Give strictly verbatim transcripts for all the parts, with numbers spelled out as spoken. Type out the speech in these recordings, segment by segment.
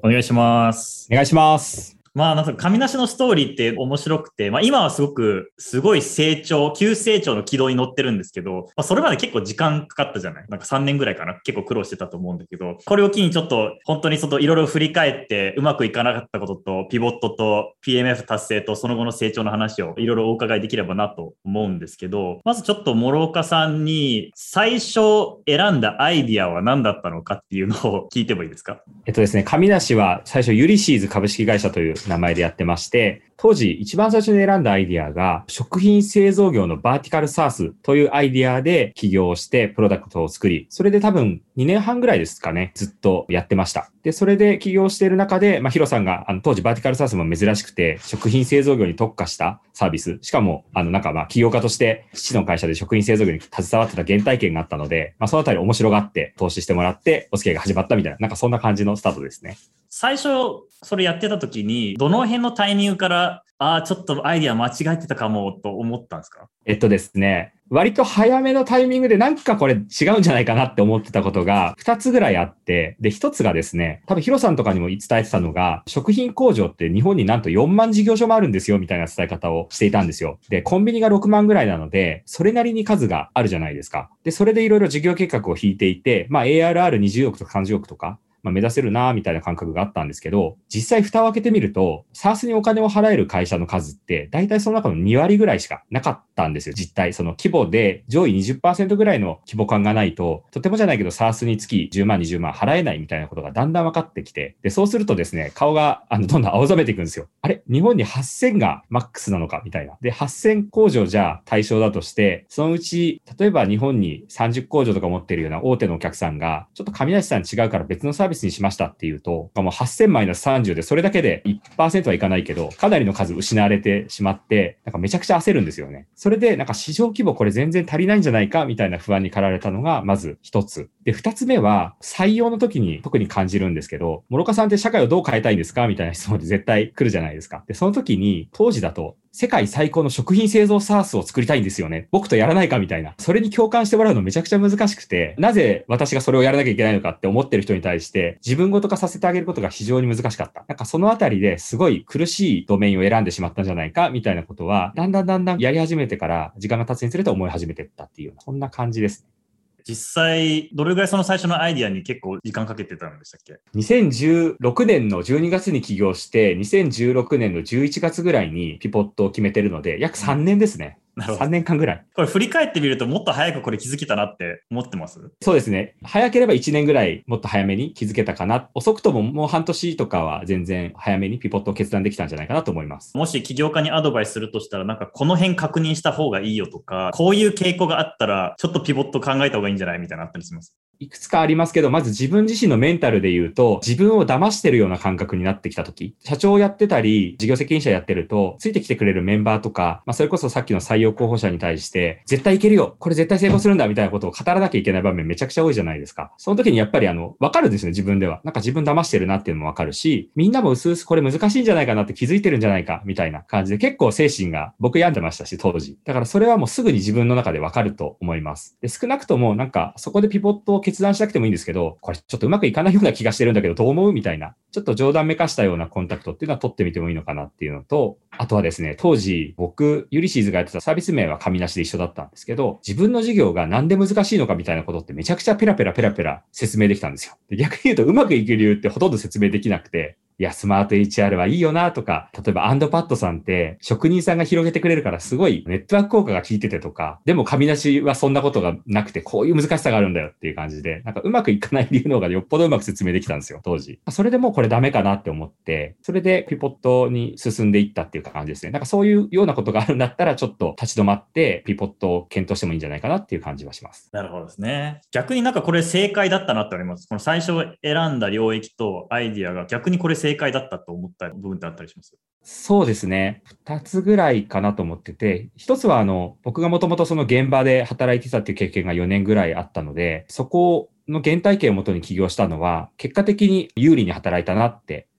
お願いします。 お願いします。 まあ、なんか、神梨のストーリーって面白くて、まあ、今はすごく、すごい成長、急成長の軌道に乗ってるんですけど、まあ、それまで結構時間かかったじゃない。なんかさんねんぐらいかな。結構苦労してたと思うんだけど、これを機にちょっと、本当にちょっといろいろ振り返って、うまくいかなかったことと、ピボットと ピーエムエフ 達成と、その後の成長の話をいろいろお伺いできればなと思うんですけど、まずちょっと諸岡さんに、最初選んだアイディアは何だったのかっていうのを聞いてもいいですか？ えっとですね、神梨は最初ユリシーズ株式会社という名前でやってまして、当時一番最初に選んだアイディアが食品製造業のバーティカルサースというアイディアで起業してプロダクトを作り、それで多分にねんはんぐらいですかね、ずっとやってました。で、それで起業している中で、まあ、ヒロさんがあの当時バーティカルサースも珍しくて食品製造業に特化したサービス、しかもあのなんかまあ起業家として父の会社で食品製造業に携わってた原体験があったので、まあ、そのあたり面白がって投資してもらってお付き合いが始まったみたいな、なんかそんな感じのスタートですね。 最初それやってた時にどの辺のタイミングからああちょっとアイディア間違えてたかもと思ったんですか？ えっとですね、割と早めのタイミングでなんかこれ違うんじゃないかなって思ってたことがふたつぐらいあって、で、ひとつがですね、多分ヒロさんとかにも伝えてたのが、食品工場って日本になんとよんまん事業所もあるんですよみたいな伝え方をしていたんですよ。で、コンビニがろくまんぐらいなので、それなりに数があるじゃないですか。で、それでいろいろ事業計画を引いていて、まあ エーアールアールにじゅうおくとかさんじゅうおくとか、まあ、目指せるなみたいな感覚があったんですけど、実際蓋を開けてみると、サースにお金を払える会社の数って、大体その中のにわりぐらいしかなかったんですよ、実態。その規模で上位 にじゅっパーセント ぐらいの規模感がないと、とてもじゃないけどサースにつきじゅうまん、にじゅうまん払えないみたいなことがだんだん分かってきて、で、そうするとですね、顔があのどんどん青ざめていくんですよ。あれ日本にはっせんがマックスなのかみたいな。で、はっせん工場じゃ対象だとして、そのうち、例えば日本にさんじゅう工場とか持ってるような大手のお客さんが、ちょっと神梨さん違うから別のサービスにしましたっていうと、もうはっせんマイナスさんじゅうでそれだけで いちパーセント はいかないけど、かなりの数失われてしまって、なんかめちゃくちゃ焦るんですよね。それでなんか市場規模これ全然足りないんじゃないかみたいな不安に駆られたのがまず一つ。で、二つ目は採用の時に特に感じるんですけど、諸岡さんって社会をどう変えたいんですかみたいな質問で絶対来るじゃないですか。で、その時に当時だと世界最高の食品製造サースを作りたいんですよね。僕とやらないかみたいな。それに共感してもらうのめちゃくちゃ難しくて、なぜ私がそれをやらなきゃいけないのかって思ってる人に対して、自分ごと化させてあげることが非常に難しかった。なんかそのあたりですごい苦しいドメインを選んでしまったんじゃないかみたいなことは、だんだんだんだんやり始めてから時間が経つにつれて思い始めていったっていう、そんな感じですね。 実際どれぐらいその最初のアイディアに結構時間かけてたんでしたっけ？ にせんじゅうろくねんのじゅうにがつに起業して、にせんじゅうろくねんのじゅういちがつぐらいにピポットを決めてるので、約さんねんですね。うん、なるほど。さんねんかんぐらい。 これ振り返ってみるともっと早くこれ気づけたなって思ってます？ そうですね。早ければいちねんぐらいもっと早めに気づけたかな。遅くとももう半年とかは全然早めにピポットを決断できたんじゃないかなと思います。 もし起業家にアドバイスするとしたら、なんかこの辺確認した方がいいよとか、こういう傾向があったらちょっとピボット考えた方がいいんじゃないみたいなのあったりします？ いくつかありますけど、まず自分自身のメンタルで言うと、自分を騙してるような感覚になってきたとき、社長をやってたり、事業責任者やってると、ついてきてくれるメンバーとか、まあ、それこそさっきの採用候補者に対して、絶対いけるよ、これ絶対成功するんだ、みたいなことを語らなきゃいけない場面めちゃくちゃ多いじゃないですか。その時にやっぱりあの、わかるんですよね、自分では。なんか自分騙してるなっていうのもわかるし、みんなもうすうすこれ難しいんじゃないかなって気づいてるんじゃないか、みたいな感じで、結構精神が僕病んでましたし、当時。だからそれはもうすぐに自分の中でわかると思います。で、少なくともなんか、そこでピボットを決断しなくてもいいんですけど、これちょっとうまくいかないような気がしてるんだけどどう思うみたいな、ちょっと冗談めかしたようなコンタクトっていうのは取ってみてもいいのかなっていうのと、あとはですね、当時僕、ユリシーズがやってたサービス名は神梨で一緒だったんですけど、自分の事業がなんで難しいのかみたいなことってめちゃくちゃペラペラペラペラ説明できたんですよ。で、逆に言うとうまくいく理由ってほとんど説明できなくて、いや、スマート エイチアール はいいよなとか、例えばアンドパッドさんって職人さんが広げてくれるからすごいネットワーク効果が効いててとか、でも神梨はそんなことがなくてこういう難しさがあるんだよっていう感じで、なんかうまくいかない理由の方がよっぽどうまく説明できたんですよ、当時。それでもうこれダメかなって思って、それでピポットに進んでいったっていう感じですね。なんかそういうようなことがあるんだったらちょっと立ち止まってピポットを検討してもいいんじゃないかなっていう感じはします。 なるほどですね。逆になんかこれ正解だったなって思います。この最初選んだ領域とアイディアが逆にこれ正解だったと思った部分ってあったりします？ そうですね。二つぐらいかなと思ってて、一つはあの、僕がもともとその現場で働いてたっていう経験がよねんぐらいあったので、そこの原体験をもとに起業したのは、結果的に有利に働いたなって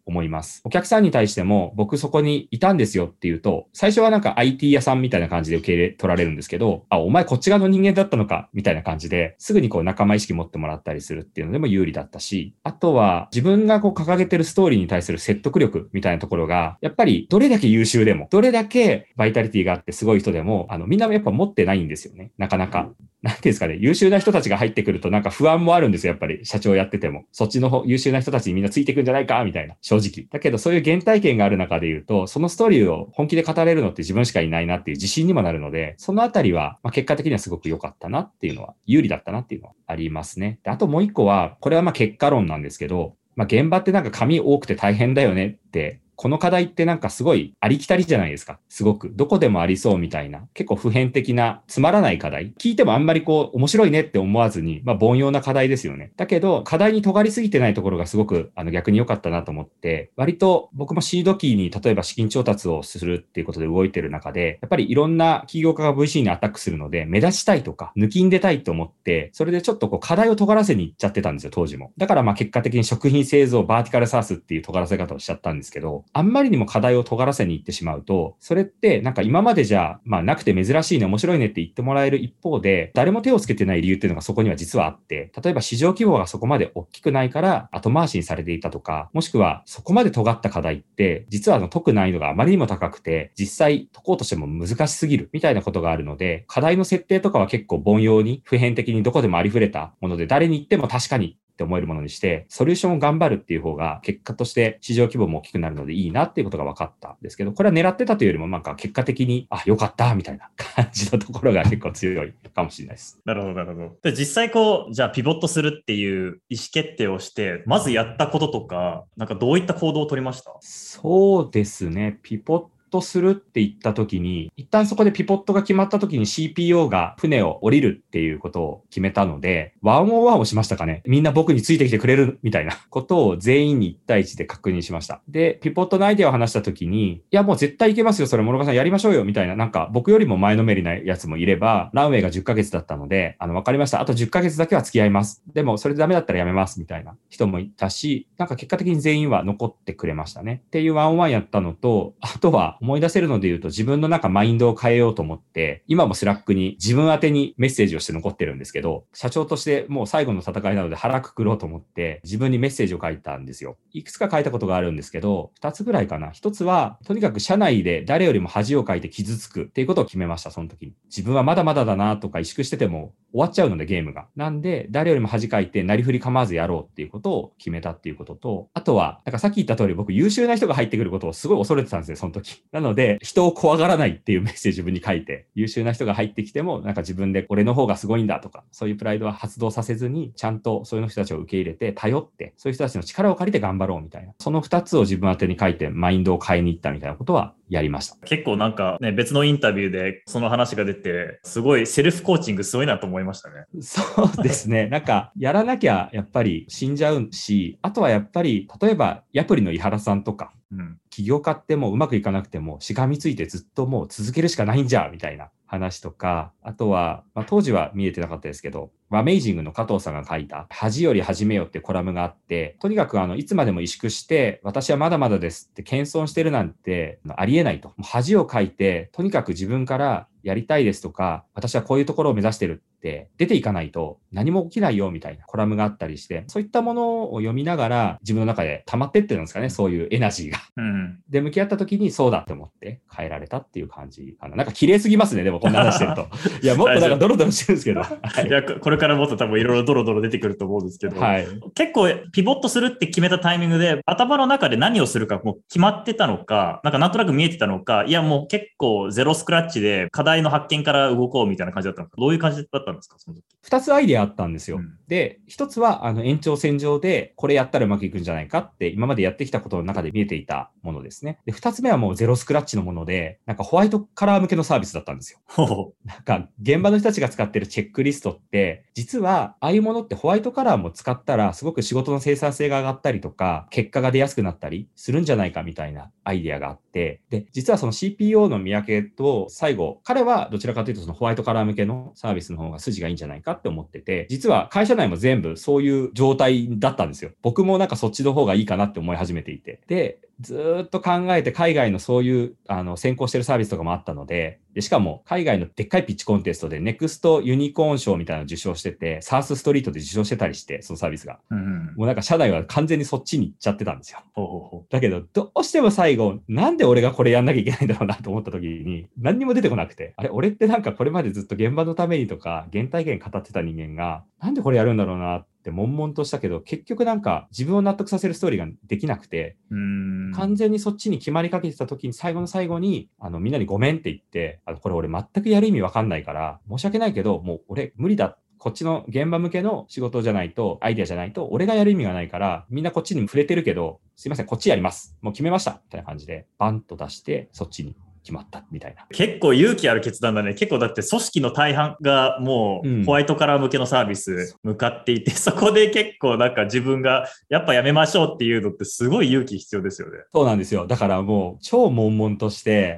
思います。お客さんに対しても僕そこにいたんですよっていうと、最初はなんか アイティー 屋さんみたいな感じで受け入れ取られるんですけど、あ、お前こっち側の人間だったのかみたいな感じですぐにこう仲間意識持ってもらったりするっていうのでも有利だったし、あとは自分がこう掲げてるストーリーに対する説得力みたいなところが、やっぱりどれだけ優秀でも、どれだけバイタリティがあってすごい人でも、あのみんなやっぱ持ってないんですよね。なかなか。なんていうんですかね、優秀な人たちが入ってくるとなんか不安もあるんですよ、やっぱり社長やってても。そっちの方優秀な人たちにみんなついていくんじゃないかみたいな、正直。だけどそういう原体験がある中で言うと、そのストーリーを本気で語れるのって自分しかいないなっていう自信にもなるので、そのあたりは、まあ、結果的にはすごく良かったなっていうのは、有利だったなっていうのはありますね。で、あともう一個は、これはまあ結果論なんですけど、まあ、現場ってなんか紙多くて大変だよねってこの課題ってなんかすごいありきたりじゃないですか。すごく。どこでもありそうみたいな。結構普遍的なつまらない課題。聞いてもあんまりこう面白いねって思わずに、まあ凡庸な課題ですよね。だけど課題に尖りすぎてないところがすごくあの逆に良かったなと思って、割と僕もシード期に例えば資金調達をするっていうことで動いてる中で、やっぱりいろんな企業家が ブイシー にアタックするので目立ちたいとか抜きん出たいと思って、それでちょっとこう課題を尖らせに行っちゃってたんですよ、当時も。だからまあ結果的に食品製造バーティカルサースっていう尖らせ方をしちゃったんですけど、あんまりにも課題を尖らせに行ってしまうと、それってなんか今までじゃまあなくて珍しいね、面白いねって言ってもらえる一方で、誰も手をつけてない理由っていうのがそこには実はあって、例えば市場規模がそこまで大きくないから後回しにされていたとか、もしくはそこまで尖った課題って実はあの解く難易度があまりにも高くて、実際解こうとしても難しすぎるみたいなことがあるので、課題の設定とかは結構凡庸に普遍的にどこでもありふれたもので、誰に言っても確かにって思えるものにして、ソリューションを頑張るっていう方が結果として市場規模も大きくなるのでいいなっていうことが分かったんですけど、これは狙ってたというよりもなんか結果的に、あ、よかったみたいな感じのところが結構強いかもしれないです。 なるほど、なるほど。で実際こう、じゃあピボットするっていう意思決定をして、まずやったこととか、なんかどういった行動を取りました？ そうですね。ピボットとするって言った時に、一旦そこでピボットが決まった時に シーピーオー が船を降りるっていうことを決めたので、ワンオンワンをしましたかね。みんな僕についてきてくれるみたいなことを全員にいち対いちで確認しました。で、ピボットのアイデアを話した時に、いやもう絶対いけますよ、それ諸岡さんやりましょうよみたいな、なんか僕よりも前のめりなやつもいれば、ランウェイがじゅっかげつだったので、あの、わかりました。あとじゅっかげつだけは付き合います。でもそれでダメだったらやめますみたいな人もいたし、なんか結果的に全員は残ってくれましたね。っていうワンオンワンやったのと、あとは思い出せるので言うと、自分のなんかマインドを変えようと思って、今もスラックに自分宛てにメッセージをして残ってるんですけど、社長としてもう最後の戦いなので腹くくろうと思って自分にメッセージを書いたんですよ。いくつか書いたことがあるんですけど、ふたつぐらいかな。ひとつは、とにかく社内で誰よりも恥をかいて傷つくっていうことを決めました、その時に。自分はまだまだだなとか萎縮してても終わっちゃうのでゲームが。なんで、誰よりも恥かいてなりふり構わずやろうっていうことを決めたっていうことと、あとは、なんかさっき言った通り僕優秀な人が入ってくることをすごい恐れてたんですよ、その時。なので、人を怖がらないっていうメッセージ自分に書いて、優秀な人が入ってきても、なんか自分で俺の方がすごいんだとか、そういうプライドは発動させずに、ちゃんとそういう人たちを受け入れて、頼って、そういう人たちの力を借りて頑張ろうみたいな。そのふたつを自分宛てに書いて、マインドを変えに行ったみたいなことはやりました。 結構なんかね、別のインタビューでその話が出て、すごいセルフコーチングすごいなと思いましたね。 そうですね。なんか、やらなきゃやっぱり死んじゃうし、あとはやっぱり、例えば、ヤプリの井原さんとか、うん、起業家ってもううまくいかなくてもしがみついてずっともう続けるしかないんじゃみたいな話とか、あとは、まあ、当時は見えてなかったですけど、アメイジングの加藤さんが書いた恥より始めよってコラムがあって、とにかくあのいつまでも萎縮して私はまだまだですって謙遜してるなんてありえないと。もう恥をかいてとにかく自分からやりたいですとか、私はこういうところを目指してるって出ていかないと何も起きないよみたいなコラムがあったりして、そういったものを読みながら自分の中で溜まってってるんですかね、そういうエナジーが。うん、で、向き合った時にそうだって思って変えられたっていう感じかな。なんか綺麗すぎますね、でもこんな話してると。いや、もっとなんかドロドロしてるんですけど。はい、 いや、これからもっと多分いろいろドロドロ出てくると思うんですけど、はい、結構ピボットするって決めたタイミングで頭の中で何をするかもう決まってたのか、なんかなんとなく見えてたのか、いやもう結構ゼロスクラッチで課題の発見から動こうみたいな感じだったのか、どういう感じだったんですか、その時。 二つアイデアあったんですよ。うん、で、一つはあの延長線上でこれやったらうまくいくんじゃないかって今までやってきたことの中で見えていたものですね。で、二つ目はもうゼロスクラッチのもので、なんかホワイトカラー向けのサービスだったんですよ。なんか現場の人たちが使ってるチェックリストって、実はああいうものってホワイトカラーも使ったらすごく仕事の生産性が上がったりとか、結果が出やすくなったりするんじゃないかみたいなアイデアがあって、で、実はその シーピーオー の見分けと最後、彼はどちらかというとそのホワイトカラー向けのサービスの方がが筋がいいんじゃないかって思ってて、実は会社内も全部そういう状態だったんですよ。僕もなんかそっちの方がいいかなって思い始めていて。で、ずーっと考えて海外のそういうあの先行してるサービスとかもあったので、でしかも海外のでっかいピッチコンテストでネクストユニコーン賞みたいなのを受賞してて、サースストリートで受賞してたりして、そのサービスが。 うん、 もうなんか社内は完全にそっちに行っちゃってたんですよ。 ほうほうほう。 だけど、どうしても最後、なんで俺がこれやんなきゃいけないんだろうなと思った時に、何にも出てこなくて、あれ、俺ってなんかこれまでずっと現場のためにとか、原体験語ってた人間が、なんでこれやるんだろうなって悶々としたけど、結局なんか自分を納得させるストーリーができなくて、 うーん完全にそっちに決まりかけてた時に、最後の最後に、あの、みんなにごめんって言って、あの、これ俺全くやる意味わかんないから、申し訳ないけど、もう俺無理だ。こっちの現場向けの仕事じゃないと、アイデアじゃないと、俺がやる意味がないから、みんなこっちに触れてるけど、すいません、こっちやります。もう決めました。みたいな感じで、バンと出して、そっちに決まったみたいな。 結構勇気ある決断だね。結構だって組織の大半がもうホワイトカラー向けのサービス向かっていて、うん、そこで結構なんか自分がやっぱやめましょうっていうのってすごい勇気必要ですよね。 そうなんですよ。だからもう超悶々として、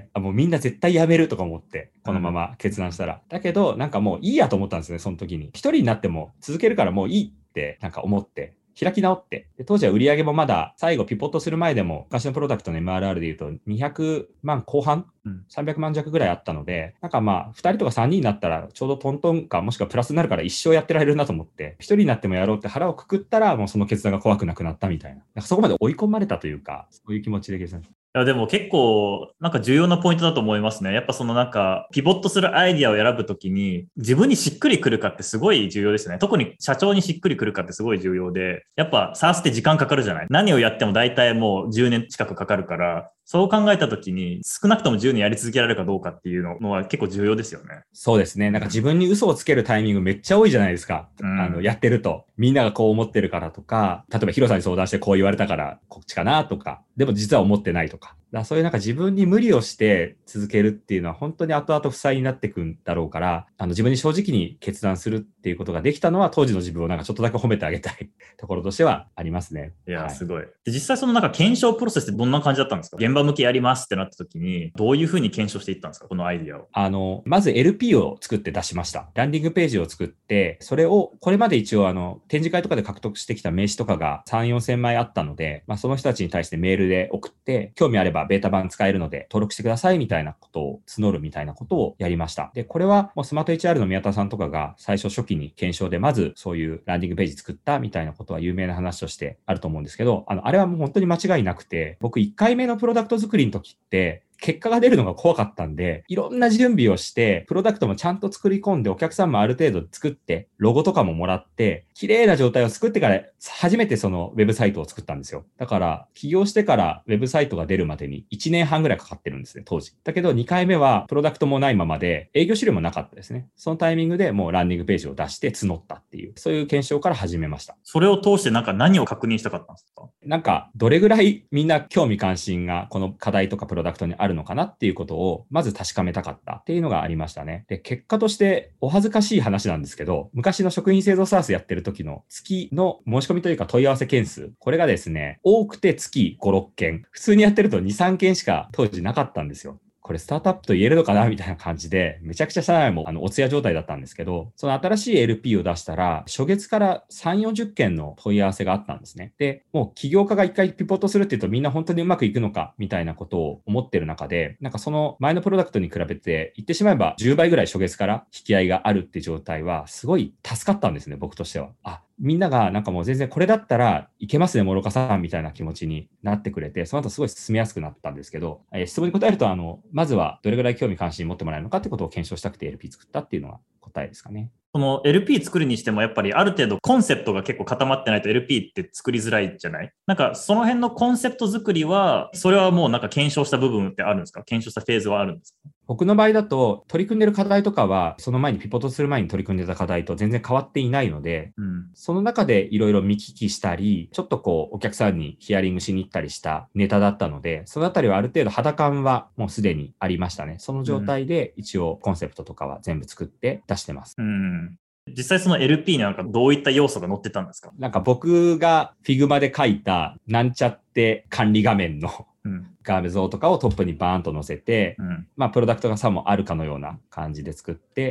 あもうみんな絶対やめるとか思って、このまま決断したら。うん、だけどなんかもういいやと思ったんですね、その時に。一人になっても続けるからもういいってなんか思って。開き直って。で当時は売り上げもまだ最後ピボットする前でも昔のプロダクトの エムアールアール で言うとにひゃくまんこう半、うん、さんびゃくまん弱ぐらいあったので、なんかまあふたりとかさんにんになったらちょうどトントンかもしくはプラスになるから一生やってられるなと思って、ひとりになってもやろうって腹をくくったらもうその決断が怖くなくなったみたいな。なんかそこまで追い込まれたというか、そういう気持ちで決断した。 いやでも結構なんか重要なポイントだと思いますね。やっぱそのなんかピボットするアイディアを選ぶときに自分にしっくりくるかってすごい重要ですね。特に社長にしっくりくるかってすごい重要で、やっぱサースって時間かかるじゃない。何をやっても大体もうじゅうねん近くかかるから、そう考えたときに少なくともじゅうねんやり続けられるかどうかっていうのは結構重要ですよね。 そうですね。なんか自分に嘘をつけるタイミングめっちゃ多いじゃないですか。うん、あのやってると。みんながこう思ってるからとか、例えばヒロさんに相談してこう言われたからこっちかなとか、でも実は思ってないとか。だからそういうなんか自分に無理をして続けるっていうのは本当に後々負債になってくんだろうから、あの自分に正直に決断するっていうことができたのは当時の自分をなんかちょっとだけ褒めてあげたいところとしてはありますね。 いや、 はい、 すごい。で、実際そのなんか検証プロセスってどんな感じだったんですか？現場向けやりますってなった時に、どういうふうに検証していったんですか？このアイディアを。 あの、まず エルピー を作って出しました。ランディングページを作って、それを、これまで一応あの、展示会とかで獲得してきた名刺とかがさん、よんせんまいあったので、まあその人たちに対してメールで送って、興味あればベータ版使えるので登録してくださいみたいなことを募るみたいなことをやりました。で、これはもうスマート エイチアール の宮田さんとかが最初初期に検証でまずそういうランディングページ作ったみたいなことは有名な話としてあると思うんですけど、あの、あれはもう本当に間違いなくて、僕いっかいめのプロダクト作りの時って、結果が出るのが怖かったんで、いろんな準備をして、プロダクトもちゃんと作り込んで、お客さんもある程度作って、ロゴとかももらって、綺麗な状態を作ってから、初めてそのウェブサイトを作ったんですよ。だから、起業してからウェブサイトが出るまでにいちねんはんぐらいかかってるんですね、当時。だけどにかいめはプロダクトもないままで、営業資料もなかったですね。そのタイミングでもうランディングページを出して募ったっていう、そういう検証から始めました。 それを通してなんか何を確認したかったんですか？ なんか、どれぐらいみんな興味関心がこの課題とかプロダクトにあるのかなっていうことを、まず確かめたかったっていうのがありましたね。で、結果としてお恥ずかしい話なんですけど、昔の食品製造サースやってる時の月の申し込みというか問い合わせ件数、これがですね、多くて月ご、ろっけん。普通にやってるとに、さんけんしか当時なかったんですよ。これスタートアップと言えるのかなみたいな感じで、めちゃくちゃ社内もあのおつや状態だったんですけど、その新しい エルピー を出したら、初月からさん、よんじゅっけんの問い合わせがあったんですね。で、もう起業家が一回ピボットするって言うとみんな本当にうまくいくのかみたいなことを思ってる中で、なんかその前のプロダクトに比べて言ってしまえばじゅうばいぐらい初月から引き合いがあるって状態はすごい助かったんですね、僕としては。あ、みんながなんかもう全然これだったらいけますね、諸岡さんみたいな気持ちになってくれて、その後すごい進めやすくなったんですけど、えー、質問に答えると、あの、まずはどれぐらい興味関心持ってもらえるのかってことを検証したくて エルピー 作ったっていうのが答えですかね。 その エルピー 作るにしてもやっぱりある程度コンセプトが結構固まってないと エルピー って作りづらいじゃない？なんかその辺のコンセプト作りは、それはもうなんか検証した部分ってあるんですか？検証したフェーズはあるんですか？ 僕の場合だと取り組んでる課題とかはその前にピボットする前に取り組んでた課題と全然変わっていないので、うん、その中でいろいろ見聞きしたり、ちょっとこうお客さんにヒアリングしに行ったりしたネタだったので、そのあたりはある程度肌感はもうすでにありましたね。その状態で一応コンセプトとかは全部作って出してます。 うん、実際その エルピー になんかどういった要素が載ってたんですか？ なんか僕が Figma で書いたなんちゃって管理画面の画像とかをトップにバーンと載せて、 うん、 まあ、プロダクトがさもあるかのような感じで作って、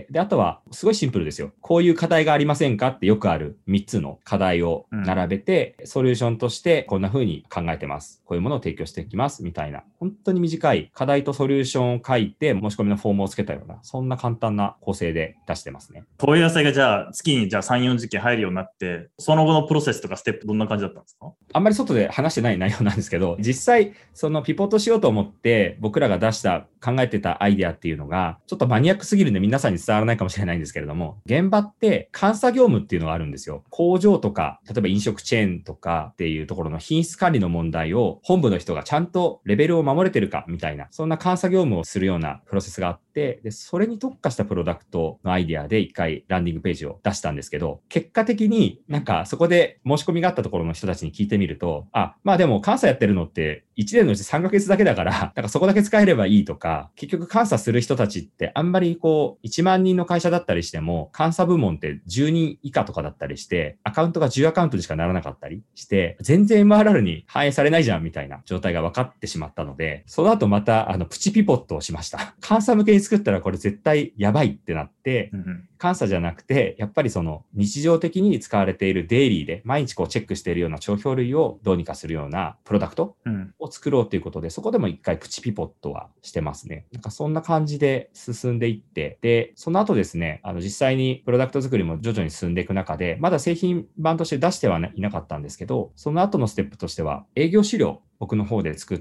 で、あとは、すごいシンプルですよ。こういう課題がありませんかってよくあるみっつの課題を並べて、うん、ソリューションとしてこんな風に考えてます。こういうものを提供していきます。みたいな、本当に短い課題とソリューションを書いて、申し込みのフォームをつけたような、そんな簡単な構成で出してますね。 問い合わせがじゃあ、月にじゃあさん、よんじゅっけん入るようになって、その後のプロセスとかステップどんな感じだったんですか？ あんまり外で話してない内容なんですけど、実際、そのピポットしようと思って僕らが出した考えてたアイデアっていうのが、ちょっとマニアックすぎるんで皆さんに伝わらないかもしれないんですけれども、現場って監査業務っていうのがあるんですよ。工場とか、例えば飲食チェーンとかっていうところの品質管理の問題を本部の人がちゃんとレベルを守れてるかみたいな、そんな監査業務をするようなプロセスがあって、で、それに特化したプロダクトのアイデアで一回ランディングページを出したんですけど、結果的になんかそこで申し込みがあったところの人たちに聞いてみると、あ、まあでも監査やってるのっていちねんのうちさんかげつだけだから、なんかそこだけ使えればいいとか、結局監査する人たちってあんまりこういちまんにんの会社だったりしても、監査部門ってじゅうにん以下とかだったりして、アカウントがじゅうアカウントにしかならなかったりして、全然 エムアールアール に反映されないじゃんみたいな状態が分かってしまったので、その後またあのプチピポットをしました。監査向けに作ったらこれ絶対やばいってなって、うんうん、監査じゃなくて、やっぱりその日常的に使われているデイリーで毎日こうチェックしているような帳票類をどうにかするようなプロダクトを作ろうということで、そこでも一回プチピポットはしてますね。なんかそんな感じで進んでいって、で、その後ですね、あの実際にプロダクト作りも徐々に進んでいく中で、まだ製品版として出してはいなかったんですけど、その後のステップとしては営業資料、僕の方で作って、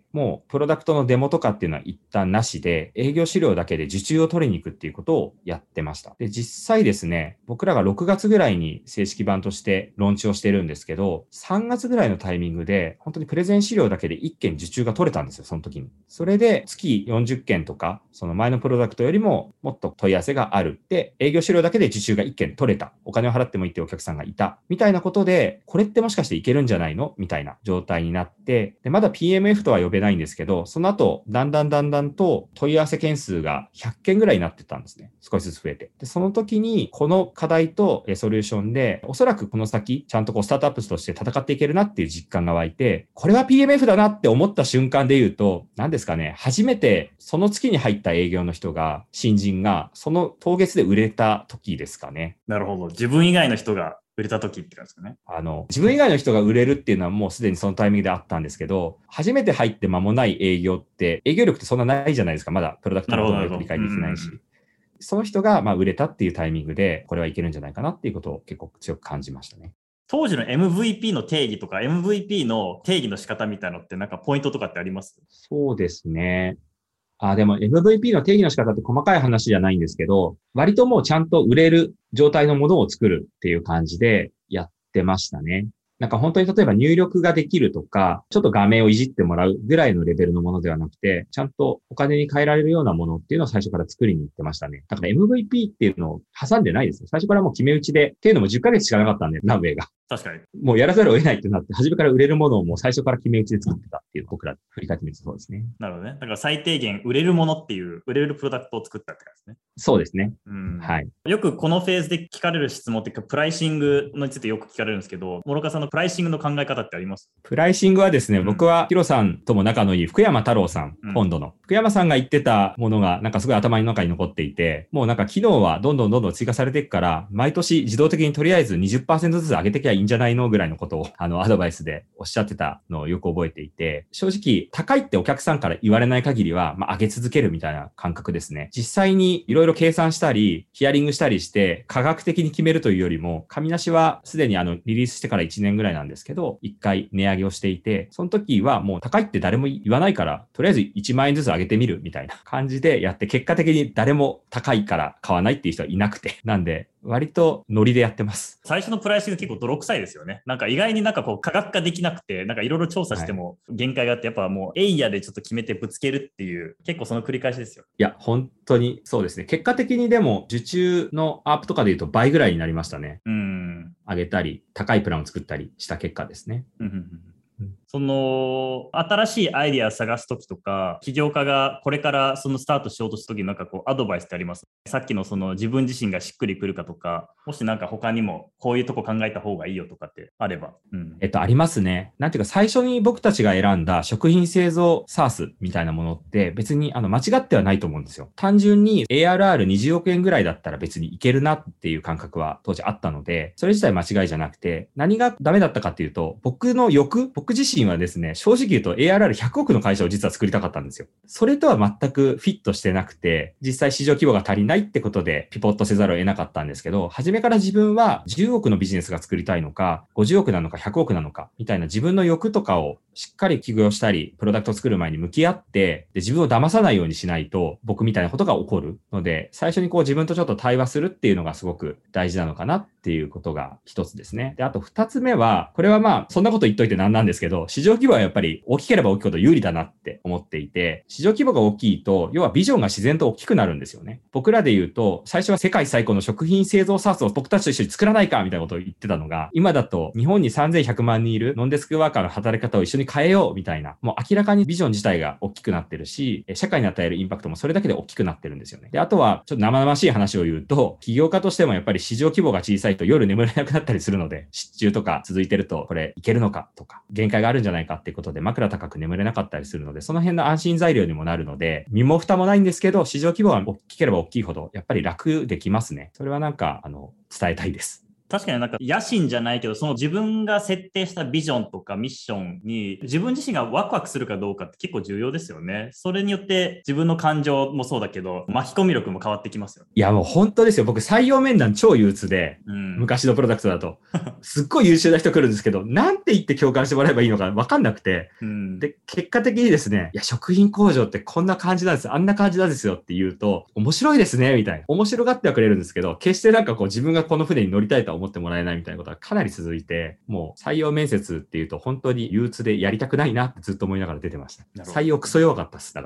もうプロダクトのデモとかっていうのは一旦なしで、営業資料だけで受注を取りに行くっていうことをやってました。で、実際ですね、僕らがろくがつぐらいに正式版としてローンチをしてるんですけど、さんがつぐらいのタイミングで、本当にプレゼン資料だけでいっけん受注が取れたんですよ、その時に。それで月よんじゅっけんとか、その前のプロダクトよりももっと問い合わせがある。で、営業資料だけで受注がいっけん取れた。お金を払ってもいいってお客さんがいた。みたいなことで、これってもしかしていけるんじゃないのみたいな状態になって、で、まだ ピーエムエフ とは呼べないんですけど、その後、だんだんだんだんと問い合わせ件数がひゃっけんぐらいになってったんですね。少しずつ増えて。で、その時に、この課題とソリューションで、おそらくこの先、ちゃんとこうスタートアップとして戦っていけるなっていう実感が湧いて、これは ピーエムエフ だなって思った瞬間で言うと、何ですかね、初めてその月に入った営業の人が、新人が、その当月で売れた時ですかね。 なるほど。自分以外の人が売れた時って感じですかね。 あの、自分以外の人が売れるっていうのはもうすでにそのタイミングであったんですけど、初めて入って間もない営業って、営業力ってそんなないじゃないですか。まだプロダクトのこともよく理解できないし。その人がまあ売れたっていうタイミングで、これはいけるんじゃないかなっていうことを結構強く感じましたね。 当時の エムブイピー の定義とか エムブイピー の定義の仕方みたいなのってなんかポイントとかってあります？ そうですね。あ、でも エムブイピー の定義の仕方って細かい話じゃないんですけど、割ともうちゃんと売れる状態のものを作るっていう感じでやってましたね。なんか本当に例えば入力ができるとか、ちょっと画面をいじってもらうぐらいのレベルのものではなくて、ちゃんとお金に換えられるようなものっていうのを最初から作りに行ってましたね。だから エムブイピー っていうのを挟んでないですよ。最初からもう決め打ちで、っていうのもじゅっかげつしかなかったんで、ランウェイが。 確かに。 もうやらざるを得ないってなって、初めから売れるものをもう最初から決め打ちで作ってたっていう、僕ら振り返ってみるとそうですね。 なるほどね。だから最低限売れるものっていう、売れるプロダクトを作ったって感じですね。 そうですね。 うん。 はい。 よくこのフェーズで聞かれる質問っていうか、プライシングについてよく聞かれるんですけど、諸岡さんのプライシングの考え方ってあります？ プライシングはですね、うん、僕はヒロさんとも仲のいい福山太郎さん、うん、本土の。福山さんが言ってたものがなんかすごい頭の中に残っていて、もうなんか機能はどんどんどんどん追加されていくから、毎年自動的にとりあえず にじゅっパーセント ずつ上げてきゃいいんじゃないのぐらいのことをあのアドバイスでおっしゃってたのをよく覚えていて、正直高いってお客さんから言われない限りは、まあ、上げ続けるみたいな感覚ですね。実際にいろいろ計算したり、ヒアリングしたりして、科学的に決めるというよりも、紙なしはすでにあのリリースしてからいちねんぐらいなんですけど、いっかい値上げをしていて、その時はもう高いって誰も言わないから、とりあえずいちまんえんずつ上げてみるみたいな感じでやって、結果的に誰も高いから買わないっていう人はいなくて、なんで、割とノリでやってます。 最初のプライシング結構泥臭いですよね。なんか意外になんかこう科学化できなくて、なんかいろいろ調査しても限界があって、やっぱもうエイヤでちょっと決めてぶつけるっていう、結構その繰り返しですよ。 いや、本当にそうですね。結果的にでも受注のアップとかで言うと倍ぐらいになりましたね。 うん。 上げたり、高いプランを作ったりした結果ですね。 うんうんうん。 その、新しいアイディア探すときとか、起業家がこれからそのスタートしようとするときになんかこう、アドバイスってあります？さっきのその自分自身がしっくりくるかとか、もしなんか他にもこういうとこ考えた方がいいよとかってあれば。うん、 えっと、ありますね。なんていうか、最初に僕たちが選んだ食品製造 SaaS みたいなものって別にあの間違ってはないと思うんですよ。単純に エーアールアールにじゅうおくえんぐらいだったら別にいけるなっていう感覚は当時あったので、それ自体間違いじゃなくて、何がダメだったかっていうと、僕の欲、僕自身はですね、正直言うと エーアールアールひゃくおくの会社を実は作りたかったんですよ。それとは全くフィットしてなくて、実際市場規模が足りないってことでピボットせざるを得なかったんですけど、初めから自分はじゅうおくのビジネスが作りたいのか、ごじゅうおくなのかひゃくおくなのか、みたいな自分の欲とかをしっかり起業したり、プロダクトを作る前に向き合って、で、自分を騙さないようにしないと、僕みたいなことが起こるので、最初にこう自分とちょっと対話するっていうのがすごく大事なのかなっていうことが一つですね。で、あと二つ目は、これはまあ、そんなこと言っといてなんなんですけど、市場規模はやっぱり大きければ大きいほど有利だなって思っていて、市場規模が大きいと、要はビジョンが自然と大きくなるんですよね。僕らで言うと、最初は世界最高の食品製造 SaaS を僕たちと一緒に作らないかみたいなことを言ってたのが、今だと日本にさんぜんひゃくまんにんいるノンデスクワーカーの働き方を一緒に変えようみたいな、もう明らかにビジョン自体が大きくなってるし、社会に与えるインパクトもそれだけで大きくなってるんですよね。で、あとはちょっと生々しい話を言うと、起業家としてもやっぱり市場規模が小さいと夜眠れなくなったりするので、失注とか続いてるとこれいけるのかとか、限界があるんじゃないかっていうことで枕高く眠れなかったりするので、その辺の安心材料にもなるので、身も蓋もないんですけど、市場規模が大きければ大きいほど、やっぱり楽できますね。それはなんか、あの、伝えたいです。 確かになんか野心じゃないけど、その自分が設定したビジョンとかミッションに自分自身がワクワクするかどうかって結構重要ですよね。それによって自分の感情もそうだけど、巻き込み力も変わってきますよね。 いやもう本当ですよ。僕採用面談超憂鬱で、うん、昔のプロダクトだと。すっごい優秀な人来るんですけど、なんて言って共感してもらえばいいのか分かんなくて、うん、で、結果的にですね、いや、食品工場ってこんな感じなんですよ。あんな感じなんですよって言うと、面白いですね、みたいな。面白がってはくれるんですけど、決してなんかこう自分がこの船に乗りたいとは思ってもらえないみたいなことがかなり続いて、もう採用面接っていうと本当に憂鬱でやりたくないなってずっと思いながら出てました。採用クソ弱かったっす、だから。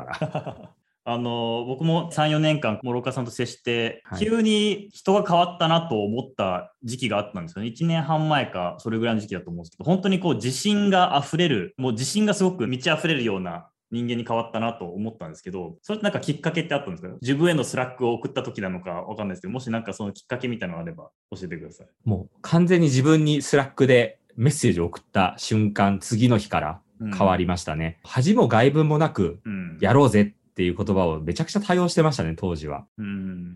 あの僕もさん、よねんかん諸岡さんと接して、はい、急に人が変わったなと思った時期があったんですよね。いちねんはん前かそれぐらいの時期だと思うんですけど、本当にこう自信が溢れる、もう自信がすごく満ち溢れるような人間に変わったなと思ったんですけど、それってなんかきっかけってあったんですか？自分へのスラックを送った時なのかわかんないですけど、もしなんかそのきっかけみたいなのがあれば教えてください。 もう完全に自分にスラックでメッセージを送った瞬間、次の日から変わりましたね。うん、恥も外聞もなく、やろうぜっていう言葉をめちゃくちゃ多用してましたね、当時は。うん、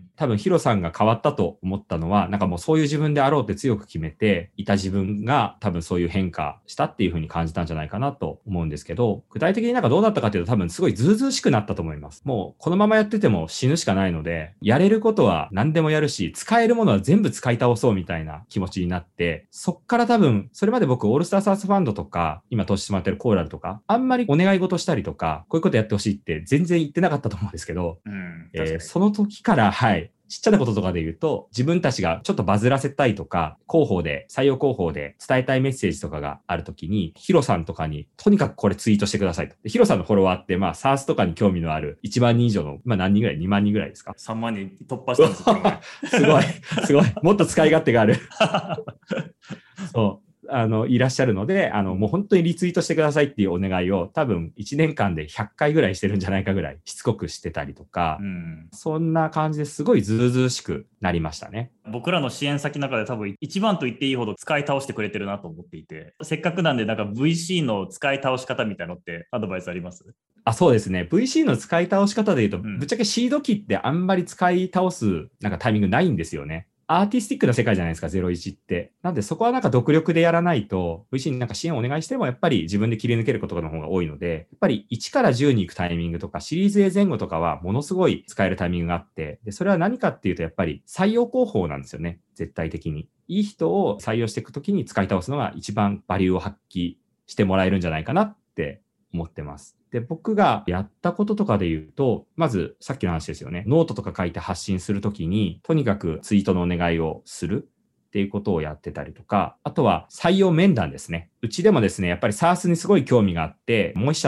多分ヒロさんが変わったと思ったのは、なんかもうそういう自分であろうって強く決めていた自分が多分そういう変化したっていう風に感じたんじゃないかなと思うんですけど、具体的になんかどうなったかっていうと多分すごいずうずうしくなったと思います。もうこのままやってても死ぬしかないので、やれることは何でもやるし、使えるものは全部使い倒そうみたいな気持ちになって、そっから多分、それまで僕オールスターサースファンドとか、今投資してもらってるコーラルとか、あんまりお願い事したりとか、こういうことやってほしいって全然言ってなかったと思うんですけど、うんえー、その時から、はい、ちっちゃなこととかで言うと、自分たちがちょっとバズらせたいとか、広報で、採用広報で伝えたいメッセージとかがあるときに、ヒロさんとかに、とにかくこれツイートしてくださいと。ヒロさんのフォロワーって、まあ、サースとかに興味のあるいちまんにん以上の、まあ何人ぐらい ?に 万人ぐらいですか ? さんまんにん突破したんですよ、ね。 すごい、すごい。もっと使い勝手がある。そう。あの、いらっしゃるので、あの、もう本当にリツイートしてくださいっていうお願いを多分いちねんかんでひゃっかいぐらいしてるんじゃないかぐらいしつこくしてたりとか、うん、そんな感じですごいずうずうしくなりましたね。 僕らの支援先の中で多分一番と言っていいほど使い倒してくれてるなと思っていて、せっかくなんでなんか ブイシー の使い倒し方みたいなのってアドバイスあります？ あ、そうですね。ブイシー の使い倒し方で言うと、うん、ぶっちゃけシード機ってあんまり使い倒すなんかタイミングないんですよね。アーティスティックな世界じゃないですか、ゼロイチって。なんでそこはなんか独力でやらないと、ブイシー になんか支援をお願いしてもやっぱり自分で切り抜けることの方が多いので、やっぱりいちからじゅうに行くタイミングとか、シリーズ A 前後とかはものすごい使えるタイミングがあって、で、それは何かっていうとやっぱり採用広報なんですよね、絶対的に。いい人を採用していくときに使い倒すのが一番バリューを発揮してもらえるんじゃないかなって思ってます。で、僕がやったこととかで言うと、まずさっきの話ですよね。ノートとか書いて発信するときに、とにかくツイートのお願いをするっていうことをやってたりとか、あとは採用面談ですね。うちでもですね、やっぱり SaaS にすごい興味があって、もう一社の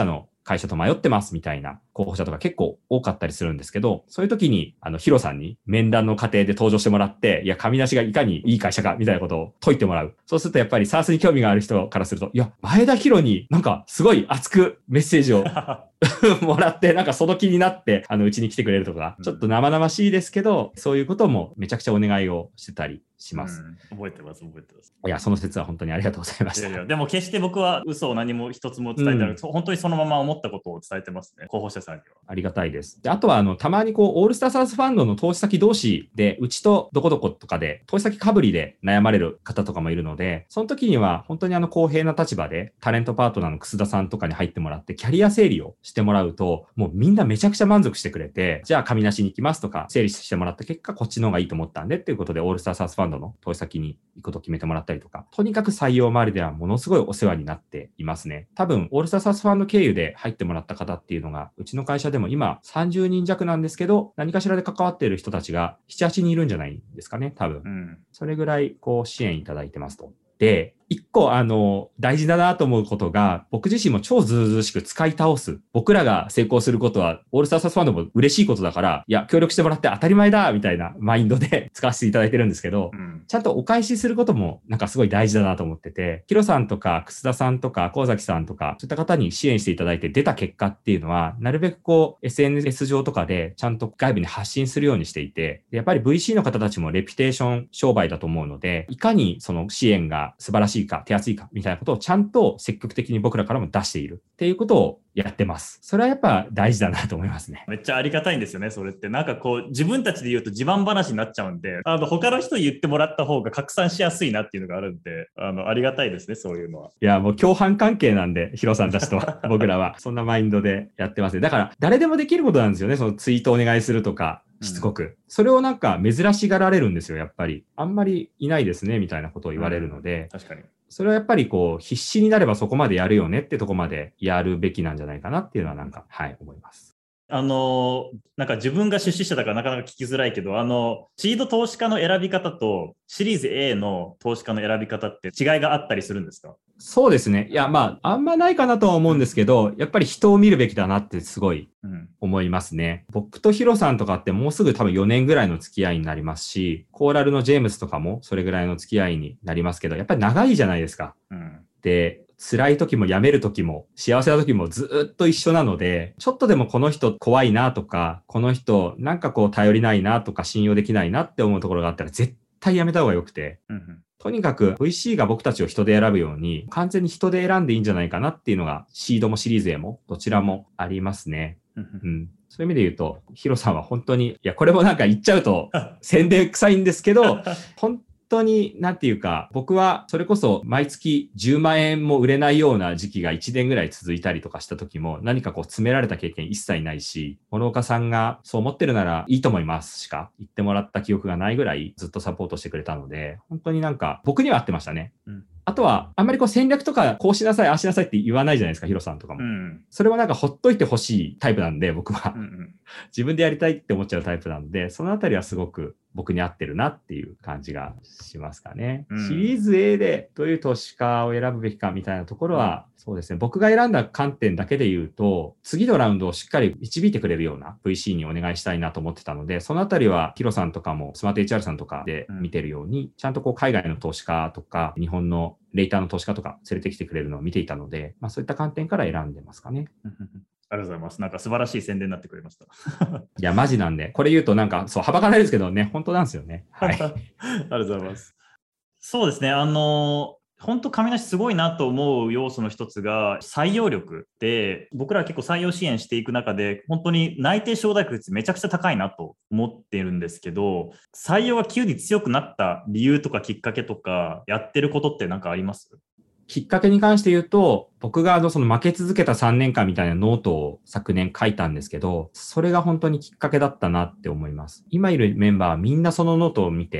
会社と迷ってますみたいな候補者とか結構多かったりするんですけど、そういう時に、あの、ヒロさんに面談の過程で登場してもらって、いや、神梨がいかにいい会社かみたいなことを解いてもらう。そうするとやっぱりサースに興味がある人からすると、いや、前田ヒロになんかすごい熱くメッセージをもらって、なんかその気になって、あの、うちに来てくれるとか、ちょっと生々しいですけど、そういうこともめちゃくちゃお願いをしてたりします。 うん、覚えてます、覚えてます。 いや、その説は本当にありがとうございました。 いやいや、でも決して僕は嘘を何も一つも伝えてない、うん、本当にそのまま思ったことを伝えてますね、候補者さんには。 ありがたいです。で、あとは、あの、たまにこう、オールスターサウスファンドの投資先同士で、うちとどこどことかで、投資先かぶりで悩まれる方とかもいるので、その時には本当にあの、公平な立場で、タレントパートナーの楠田さんとかに入ってもらって、キャリア整理をしてもらうと、もうみんなめちゃくちゃ満足してくれて、じゃあ、神梨に行きますとか、整理してもらった結果、こっちの方がいいと思ったんで、っていうことで、オールスターサウスファンドの投資先に行くことを決めてもらったりとか、とにかく採用周りではものすごいお世話になっていますね。多分、オールスターサウスファンド経由で入ってもらった方っていうのが、うちの会社でも今さんじゅうにん弱なんですけど、何かしらで関わっている人たちがなな、はちにんいるんじゃないですかね、多分。うん、それぐらい、こう、支援いただいてますと。で、一個、あの、大事だなと思うことが、僕自身も超ずうずうしく使い倒す。僕らが成功することは、オールスターサウスファンドも嬉しいことだから、いや、協力してもらって当たり前だみたいなマインドで使わせていただいてるんですけど、うん、ちゃんとお返しすることも、なんかすごい大事だなと思ってて、ヒロさんとか、楠田さんとか、神崎さんとか、そういった方に支援していただいて出た結果っていうのは、なるべくこう、エスエヌエス 上とかで、ちゃんと外部に発信するようにしていて、やっぱり ブイシー の方たちもレピュテーション商売だと思うので、いかにその支援が素晴らしいか、手厚いか、みたいなことをちゃんと積極的に僕らからも出しているっていうことをやってます。それはやっぱ大事だなと思いますね。 めっちゃありがたいんですよね、それって。なんかこう、自分たちで言うと自慢話になっちゃうんで、あの、他の人に言ってもらった方が拡散しやすいなっていうのがあるんで、あの、ありがたいですね、そういうのは。 いや、もう共犯関係なんで、ヒロさんたちと僕らは、そんなマインドでやってますね。だから、誰でもできることなんですよね、そのツイートお願いするとか。しつこく、うん。それをなんか珍しがられるんですよ、やっぱり。あんまりいないですね、みたいなことを言われるので。 うん、確かに。 それはやっぱりこう、必死になればそこまでやるよねってとこまでやるべきなんじゃないかなっていうのはなんか、はい、思います。 あの、なんか自分が出資者だからなかなか聞きづらいけど、あの、シード投資家の選び方とシリーズ A の投資家の選び方って違いがあったりするんですか？ そうですね。いや、まあ、あんまないかなとは思うんですけど、やっぱり人を見るべきだなってすごい思いますね。うん、僕とヒロさんとかってもうすぐ多分よねんぐらいの付き合いになりますし、コーラルのジェームスとかもそれぐらいの付き合いになりますけど、やっぱり長いじゃないですか。うん、で、辛い時も辞める時も幸せな時もずっと一緒なので、ちょっとでもこの人怖いなとか、この人なんかこう頼りないなとか信用できないなって思うところがあったら絶対やめた方がよくて、うんうん、とにかく ブイシー が僕たちを人で選ぶように完全に人で選んでいいんじゃないかなっていうのがシードもシリーズ A もどちらもありますね。うんうん、そういう意味で言うと、ヒロさんは本当に、いやこれもなんか言っちゃうと宣伝臭いんですけど、本本当に、なんていうか、僕はそれこそ毎月じゅうまんえんも売れないような時期がいちねんぐらい続いたりとかした時も何かこう詰められた経験一切ないし、諸岡さんがそう思ってるならいいと思いますしか言ってもらった記憶がないぐらいずっとサポートしてくれたので、本当になんか僕には合ってましたね。うん、あとは、あんまりこう戦略とかこうしなさい、ああしなさいって言わないじゃないですか、ヒロさんとかも。うん、それはなんかほっといてほしいタイプなんで、僕は。うんうん、自分でやりたいって思っちゃうタイプなんで、そのあたりはすごく僕に合ってるなっていう感じがしますかね。うん、シリーズ A でどういう投資家を選ぶべきかみたいなところは、うん、そうですね。僕が選んだ観点だけで言うと、次のラウンドをしっかり導いてくれるような ブイシー にお願いしたいなと思ってたので、そのあたりはヒロさんとかもスマート エイチアール さんとかで見てるように、うん、ちゃんとこう海外の投資家とか、日本のレイターの投資家とか連れてきてくれるのを見ていたので、まあそういった観点から選んでますかね。 ありがとうございます。なんか素晴らしい宣伝になってくれました。 いや、マジなんで、これ言うとなんか、そう、はばかないですけどね、本当なんですよね。はい。ありがとうございます。そうですね。あの、本当神梨すごいなと思う要素の一つが採用力で、僕らは結構採用支援していく中で本当に内定承諾率めちゃくちゃ高いなと思っているんですけど、採用が急に強くなった理由とかきっかけとかやってることって何かあります？ きっかけに関して言うと、僕があのその負け続けたさんねんかんみたいなノートを昨年書いたんですけど、それが本当にきっかけだったなって思います。今いるメンバーはみんなそのノートを見て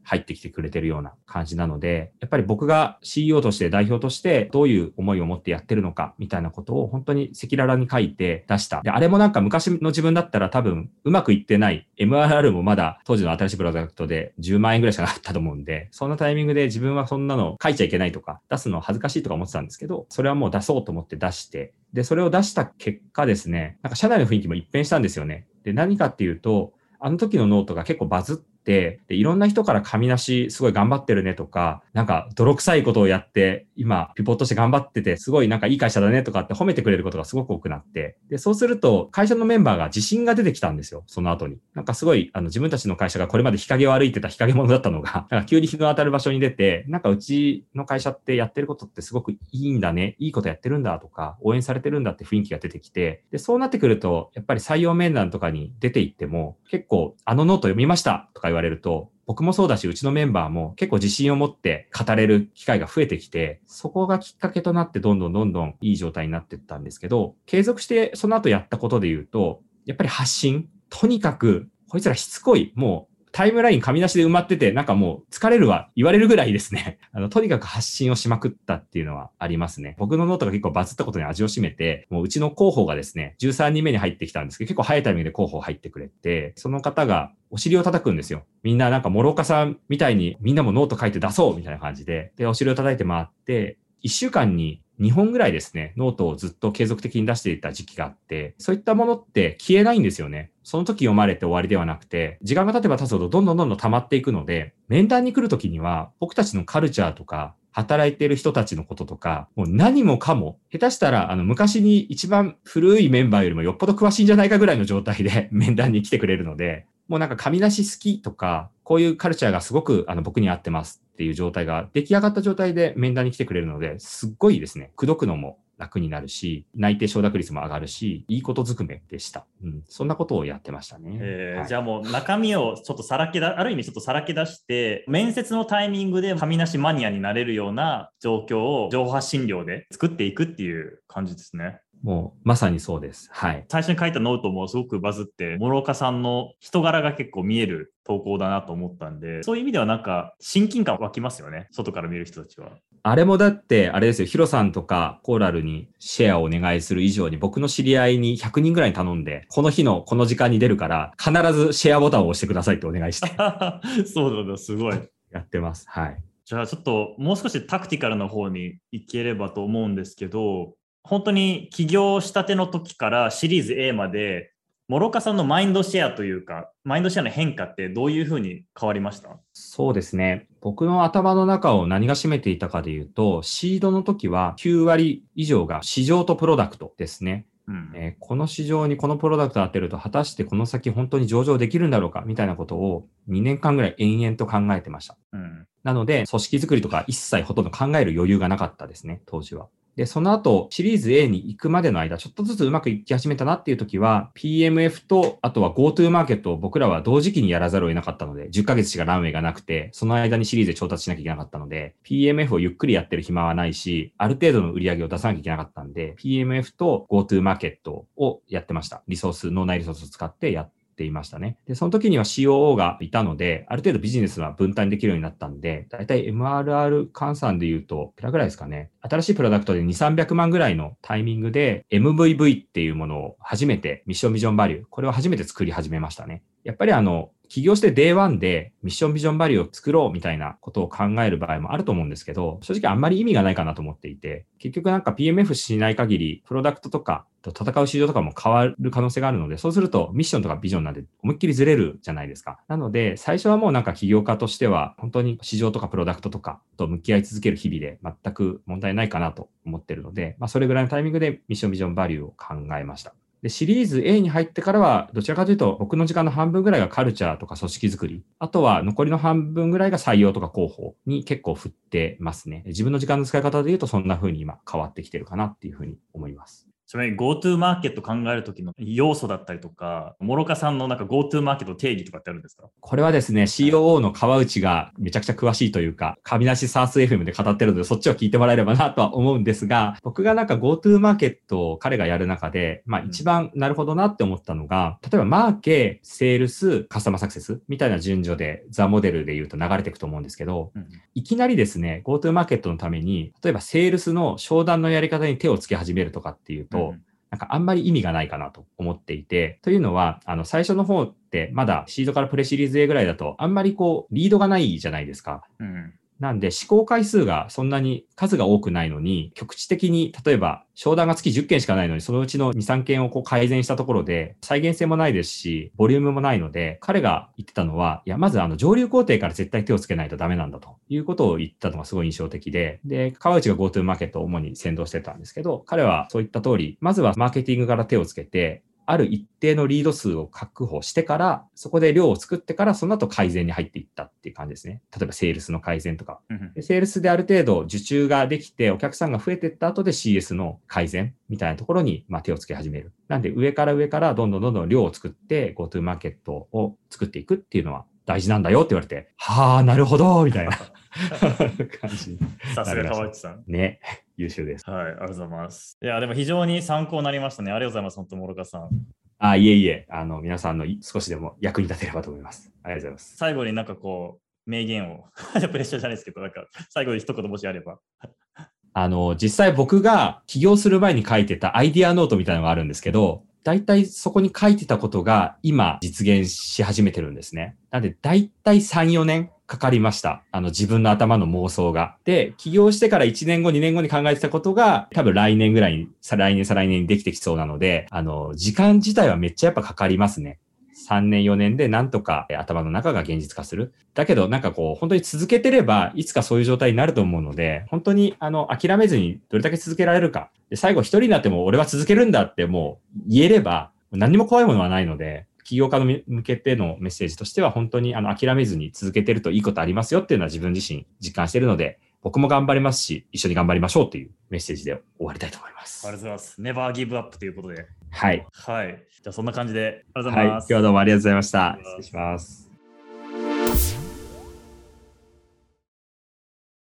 入ってきてくれてるような感じなので、やっぱり僕が シーイーオー として代表としてどういう思いを持ってやってるのかみたいなことを本当に赤裸々に書いて出した。で、あれもなんか昔の自分だったら多分うまくいってない エムアールアール もまだ当時の新しいプロダクトでじゅうまんえんぐらいしかなかったと思うんで、そんなタイミングで自分はそんなの書いちゃいけないとか出すの恥ずかしいとか思ってたんですけど、それはもう出そうと思って出して、で、それを出した結果ですね、なんか社内の雰囲気も一変したんですよね。で、何かっていうと、あの時のノートが結構バズって、で、いろんな人から紙なしすごい頑張ってるねとか、なんか泥臭いことをやって、今ピボットして頑張ってて、すごいなんかいい会社だねとかって褒めてくれることがすごく多くなって、で、そうすると会社のメンバーが自信が出てきたんですよ、その後に。なんかすごい、あの自分たちの会社がこれまで日陰を歩いてた日陰者だったのが、なんか急に日の当たる場所に出て、なんかうちの会社ってやってることってすごくいいんだね、いいことやってるんだとか、応援されてるんだって雰囲気が出てきて、で、そうなってくると、やっぱり採用面談とかに出ていっても、結構あのノート読みましたとか言われると、僕もそうだし、うちのメンバーも結構自信を持って語れる機会が増えてきて、そこがきっかけとなってどんどんどんどんいい状態になっていったんですけど、継続してその後やったことで言うと、やっぱり発信、とにかくこいつらしつこい、もうタイムライン紙なしで埋まってて、なんかもう疲れるわ言われるぐらいですね。あの、とにかく発信をしまくったっていうのはありますね。僕のノートが結構バズったことに味を占めて、もううちの広報がですね、じゅうさんにんめに入ってきたんですけど、結構早いタイミングで広報入ってくれて、その方がお尻を叩くんですよ。みんななんか諸岡さんみたいにみんなもノート書いて出そうみたいな感じで、で、お尻を叩いて回って、いっしゅうかんににほんぐらいですね、ノートをずっと継続的に出していた時期があって、そういったものって消えないんですよね。その時読まれて終わりではなくて、時間が経てば経つほどどんどんどんどん溜まっていくので、面談に来る時には僕たちのカルチャーとか、働いている人たちのこととか、もう何もかも、下手したらあの昔に一番古いメンバーよりもよっぽど詳しいんじゃないかぐらいの状態で面談に来てくれるので、もうなんか紙なし好きとか、こういうカルチャーがすごくあの僕に合ってますっていう状態が出来上がった状態で面談に来てくれるので、すっごいですね、口説くのも楽になるし、内定承諾率も上がるし、いいことずくめでした。うん、そんなことをやってましたね。 えーはい、 じゃあもう中身をちょっとさらけだ、ある意味ちょっとさらけ出して、面接のタイミングで紙なしマニアになれるような状況を情報発信量で作っていくっていう感じですね。 もうまさにそうです。はい。 最初に書いたノートもすごくバズって、諸岡さんの人柄が結構見える投稿だなと思ったんで、そういう意味ではなんか親近感湧きますよね。外から見る人たちは。 あれもだって、あれですよ、ヒロさんとかコーラルにシェアをお願いする以上に、僕の知り合いにひゃくにんぐらいに頼んで、この日のこの時間に出るから、必ずシェアボタンを押してくださいってお願いして。 そうなんだ、すごい。 やってます。はい。 じゃあちょっともう少しタクティカルな方に行ければと思うんですけど、本当に起業したての時からシリーズ A まで、諸岡さんのマインドシェアというか、マインドシェアの変化ってどういうふうに変わりました？ そうですね。僕の頭の中を何が占めていたかでいうと、シードの時はきゅうわり以上が市場とプロダクトですね。 うんえーこの市場にこのプロダクトを当てると、果たしてこの先本当に上場できるんだろうかみたいなことをにねんかんぐらい延々と考えてました。 うんなので、組織づくりとか一切ほとんど考える余裕がなかったですね、当時は。で、その後、シリーズ A に行くまでの間、ちょっとずつうまくいき始めたなっていう時は、ピーエムエフ と、あとは GoTo マーケットを僕らは同時期にやらざるを得なかったので、じゅっかげつしかランウェイがなくて、その間にシリーズで調達しなきゃいけなかったので、ピーエムエフ をゆっくりやってる暇はないし、ある程度の売り上げを出さなきゃいけなかったんで、ピーエムエフ と GoTo マーケットをやってました。リソース、脳内リソースを使ってやってていましたね。で、その時には シーオーオー がいたので、ある程度ビジネスは分担できるようになったんで、だいたい エムアールアール 換算で言うと、いくらぐらいですかね。新しいプロダクトでにせんさんびゃくまんぐらいのタイミングで エムブイブイ っていうものを初めて、ミッションビジョンバリュー、これを初めて作り始めましたね。やっぱりあの、起業してデイワンでミッションビジョンバリューを作ろうみたいなことを考える場合もあると思うんですけど、正直あんまり意味がないかなと思っていて、結局なんか ピーエムエフ しない限り、プロダクトとかと戦う市場とかも変わる可能性があるので、そうするとミッションとかビジョンなんで思いっきりずれるじゃないですか。なので、最初はもうなんか起業家としては、本当に市場とかプロダクトとかと向き合い続ける日々で全く問題ないかなと思ってるので、まあそれぐらいのタイミングでミッションビジョンバリューを考えました。で、シリーズ A に入ってからは、どちらかというと、僕の時間の半分ぐらいがカルチャーとか組織づくり、あとは残りの半分ぐらいが採用とか広報に結構振ってますね。自分の時間の使い方で言うと、そんな風に今変わってきてるかなっていう風に思います。 ちなみに GoTo マーケット考えるときの要素だったりとか、諸岡さんのなんか GoTo マーケット定義とかってあるんですか？ これはですね、シーオーオー の川内がめちゃくちゃ詳しいというか、神梨サース エフエム で語ってるので、そっちを聞いてもらえればなとは思うんですが、僕がなんか GoTo マーケットを彼がやる中で、まあ一番なるほどなって思ったのが、例えばマーケ、セールス、カスタマーサクセスみたいな順序でザモデルで言うと流れていくと思うんですけど、 うん、 いきなりですね、GoTo マーケットのために、例えばセールスの商談のやり方に手をつけ始めるとかっていうと、うんなんかあんまり意味がないかなと思っていて、というのは、あの、最初の方ってまだシードからプレシリーズ A ぐらいだと、あんまりこう、リードがないじゃないですか。 うんなんで、試行回数がそんなに数が多くないのに、局地的に、例えば、商談が月じゅっけんしかないのに、そのうちのに、さんけんをこう改善したところで、再現性もないですし、ボリュームもないので、彼が言ってたのは、いや、まずあの、上流工程から絶対手をつけないとダメなんだということを言ったのがすごい印象的で、で、川内が GoTo マーケットを主に先導してたんですけど、彼はそういった通り、まずはマーケティングから手をつけて、ある一定のリード数を確保してから、そこで量を作ってから、その後改善に入っていったっていう感じですね。例えばセールスの改善とか。でセールスである程度受注ができて、お客さんが増えていった後で シーエス の改善みたいなところに、まあ、手をつけ始める。なんで上から上からどんどんどんどん量を作って、GoTo マーケットを作っていくっていうのは大事なんだよって言われて、はあ、なるほど、みたいな感じ。 さすが川内さん。 ね。優秀です。 はい、ありがとうございます。いや、でも非常に参考になりましたね。ありがとうございます、本当、諸岡さん。 あ、いえいえ、あの、皆さんの少しでも役に立てればと思います。ありがとうございます。 最後になんかこう、名言を、プレッシャーじゃないですけど、なんか、最後に一言もしあれば。 あの、実際僕が起業する前に書いてたアイディアノートみたいなのがあるんですけど、大体そこに書いてたことが今実現し始めてるんですね。なんで大体さん、よねんかかりました。あの自分の頭の妄想が。で、起業してからいちねんご、にねんごに考えてたことが多分来年ぐらいに、再来年、再来年にできてきそうなので、あの、時間自体はめっちゃやっぱかかりますね。さんねん、よねんでなんとか頭の中が現実化する。だけどなんかこう、本当に続けてれば、いつかそういう状態になると思うので、本当にあの、諦めずにどれだけ続けられるか。で、最後一人になっても俺は続けるんだってもう言えれば、何にも怖いものはないので、起業家の向けてのメッセージとしては本当にあの、諦めずに続けてるといいことありますよっていうのは自分自身実感しているので、僕も頑張りますし、一緒に頑張りましょうというメッセージで終わりたいと思います。 ありがとうございます。ネバーギブアップということで。 はい。 はい。じゃあそんな感じで、ありがとうございます。 はい。今日はどうもありがとうございました。失礼します。